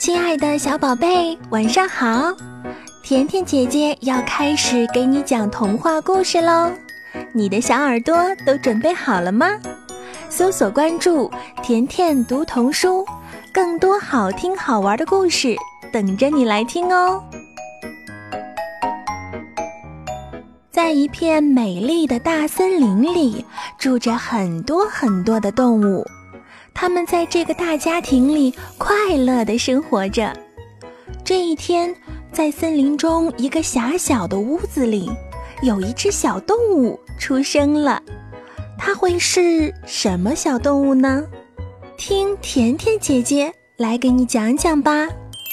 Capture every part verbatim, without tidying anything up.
亲爱的小宝贝，晚上好！甜甜姐姐要开始给你讲童话故事喽，你的小耳朵都准备好了吗？搜索关注甜甜读童书，更多好听好玩的故事等着你来听哦。在一片美丽的大森林里，住着很多很多的动物，它们在这个大家庭里快乐地生活着。这一天，在森林中一个狭小的屋子里，有一只小动物出生了。它会是什么小动物呢？听甜甜姐姐来给你讲讲吧。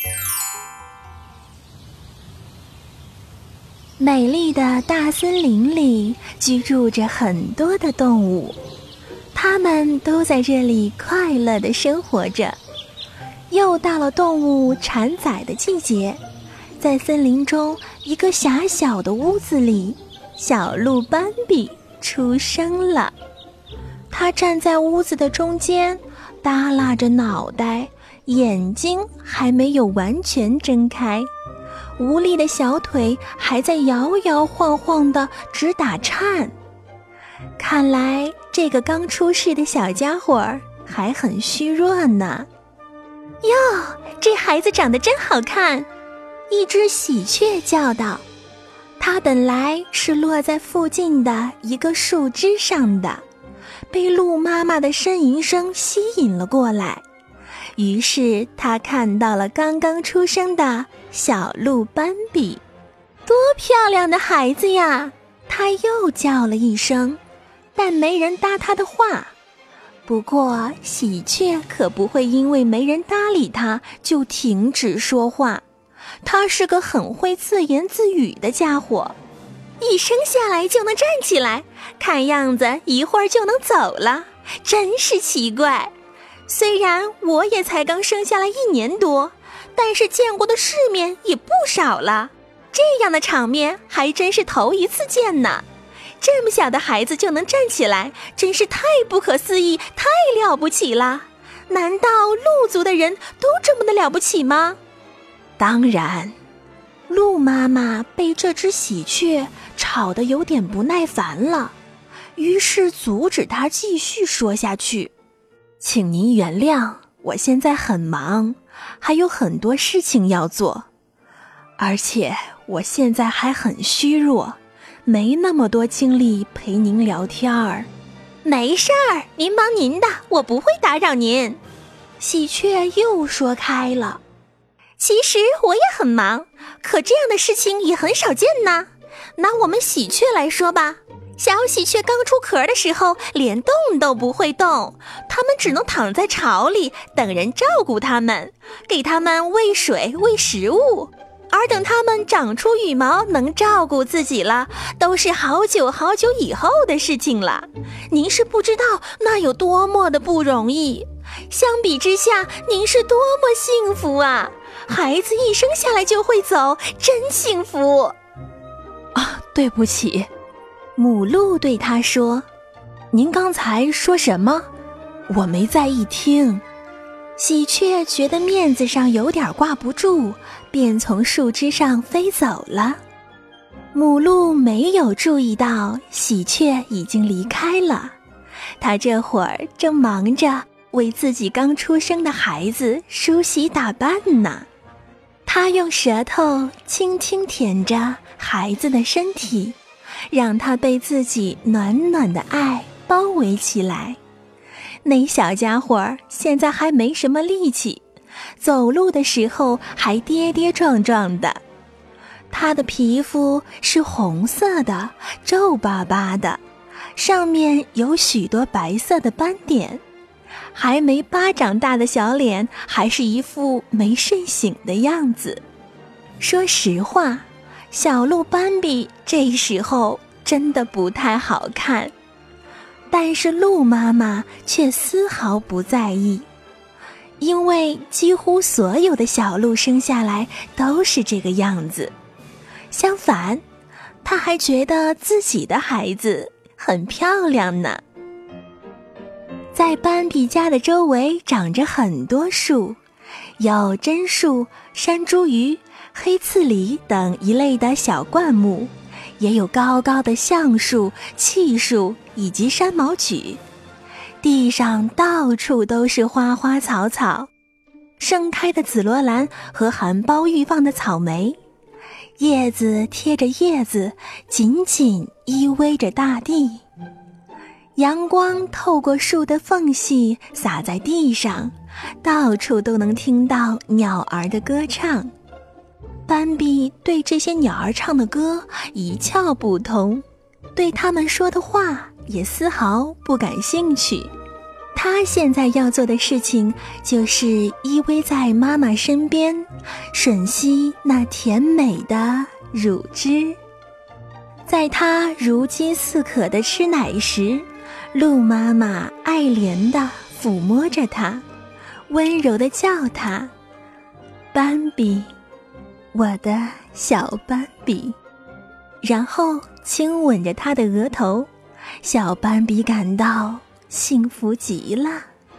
美丽的大森林里居住着很多的动物，它们都在这里快乐地生活着。又到了动物产崽的季节，在森林中一个狭小的屋子里，小鹿斑比出生了。它站在屋子的中间，耷拉着脑袋，眼睛还没有完全睁开，无力的小腿还在摇摇晃晃地直打颤。看来这个刚出世的小家伙儿还很虚弱呢。哟，这孩子长得真好看！一只喜鹊叫道。它本来是落在附近的一个树枝上的，被鹿妈妈的呻吟声吸引了过来。于是它看到了刚刚出生的小鹿斑比。多漂亮的孩子呀！它又叫了一声，但没人搭它的话。不过喜鹊可不会因为没人搭理它就停止说话，它是个很会自言自语的家伙。一生下来就能站起来，看样子一会儿就能走了，真是奇怪。虽然我也才刚生下来一年多，但是见过的世面也不少了，这样的场面还真是头一次见呢。这么小的孩子就能站起来，真是太不可思议，太了不起了。难道鹿族的人都这么的了不起吗？当然，鹿妈妈被这只喜鹊吵得有点不耐烦了，于是阻止它继续说下去。请您原谅，我现在很忙，还有很多事情要做，而且我现在还很虚弱，没那么多精力陪您聊天儿。没事儿，您忙您的，我不会打扰您。喜鹊又说开了。其实我也很忙，可这样的事情也很少见呢。拿我们喜鹊来说吧，小喜鹊刚出壳的时候连动都不会动，它们只能躺在巢里等人照顾它们，给它们喂水喂食物。而等它们长出羽毛能照顾自己了，都是好久好久以后的事情了。您是不知道那有多么的不容易，相比之下您是多么幸福啊！孩子一生下来就会走，真幸福啊！对不起，母鹿对他说，您刚才说什么？我没在意听。喜鹊觉得面子上有点挂不住，便从树枝上飞走了。母鹿没有注意到喜鹊已经离开了，它这会儿正忙着为自己刚出生的孩子梳洗打扮呢。它用舌头轻轻舔着孩子的身体，让他被自己暖暖的爱包围起来。那小家伙现在还没什么力气，走路的时候还跌跌撞撞的。他的皮肤是红色的，皱巴巴的，上面有许多白色的斑点，还没巴掌大的小脸还是一副没睡醒的样子。说实话，小鹿斑比这时候真的不太好看，但是鹿妈妈却丝毫不在意，因为几乎所有的小鹿生下来都是这个样子。相反，她还觉得自己的孩子很漂亮呢。在斑比家的周围长着很多树， 有榛树、山茱萸、黑刺梨等一类的小灌木，也有高高的橡树、楔树以及山毛榉。地上到处都是花花草草，盛开的紫罗兰和含苞欲放的草莓，叶子贴着叶子，紧紧依偎着大地。阳光透过树的缝隙洒在地上，到处都能听到鸟儿的歌唱。斑比对这些鸟儿唱的歌一窍不通，对他们说的话也丝毫不感兴趣。他现在要做的事情就是依偎在妈妈身边，吮吸那甜美的乳汁。在他如饥似渴地吃奶时，鹿妈妈爱怜地抚摸着它，温柔地叫它斑比，我的小斑比，然后亲吻着它的额头。小斑比感到幸福极了。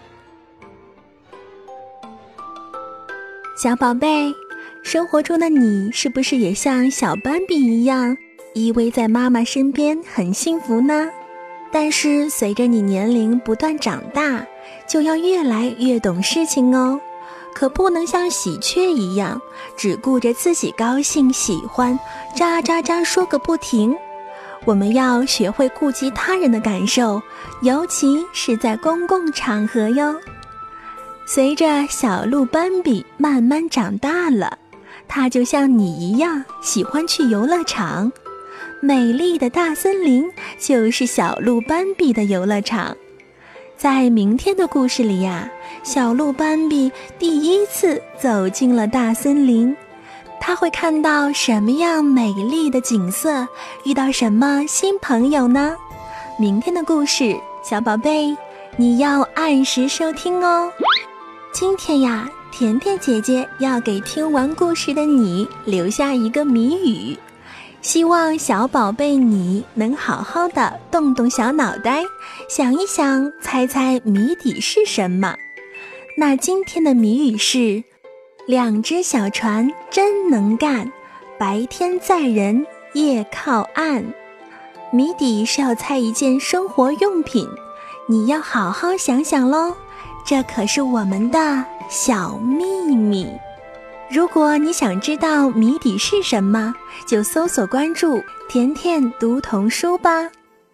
小宝贝，生活中的你是不是也像小斑比一样依偎在妈妈身边，很幸福呢？但是随着你年龄不断长大，就要越来越懂事情哦，可不能像喜鹊一样只顾着自己高兴喜欢，喳喳喳说个不停。我们要学会顾及他人的感受，尤其是在公共场合哟。随着小鹿斑比慢慢长大了，它就像你一样喜欢去游乐场。美丽的大森林就是小鹿斑比的游乐场。在明天的故事里呀、啊，小鹿斑比第一次走进了大森林，他会看到什么样美丽的景色，遇到什么新朋友呢？明天的故事，小宝贝，你要按时收听哦。今天呀，甜甜姐姐要给听完故事的你留下一个谜语，希望小宝贝你能好好的动动小脑袋，想一想，猜猜谜底是什么。那今天的谜语是：两只小船真能干，白天载人，夜靠岸。谜底是要猜一件生活用品，你要好好想想咯，这可是我们的小秘密。如果你想知道谜底是什么，就搜索关注甜甜读童书吧。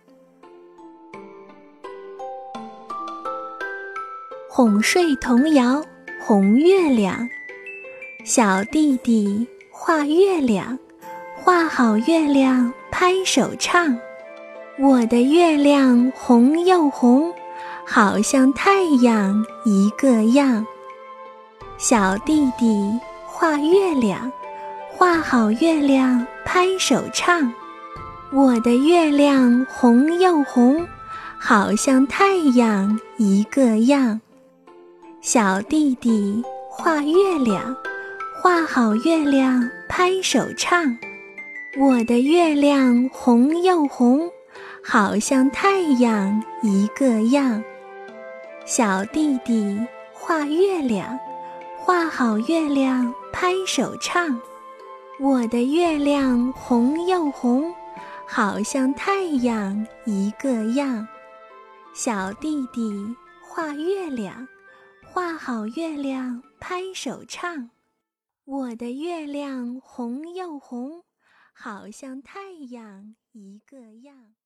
哄睡童谣，红月亮。小弟弟画月亮，画好月亮拍手唱。我的月亮红又红，好像太阳一个样。小弟弟画月亮，画好月亮拍手唱。我的月亮红又红，好像太阳一个样。小弟弟画月亮，画好月亮拍手唱。我的月亮红又红，好像太阳一个样。小弟弟画月亮，画好月亮拍手唱。我的月亮红又红，好像太阳一个样。小弟弟画月亮，画好月亮拍手唱。我的月亮红又红，好像太阳一个样。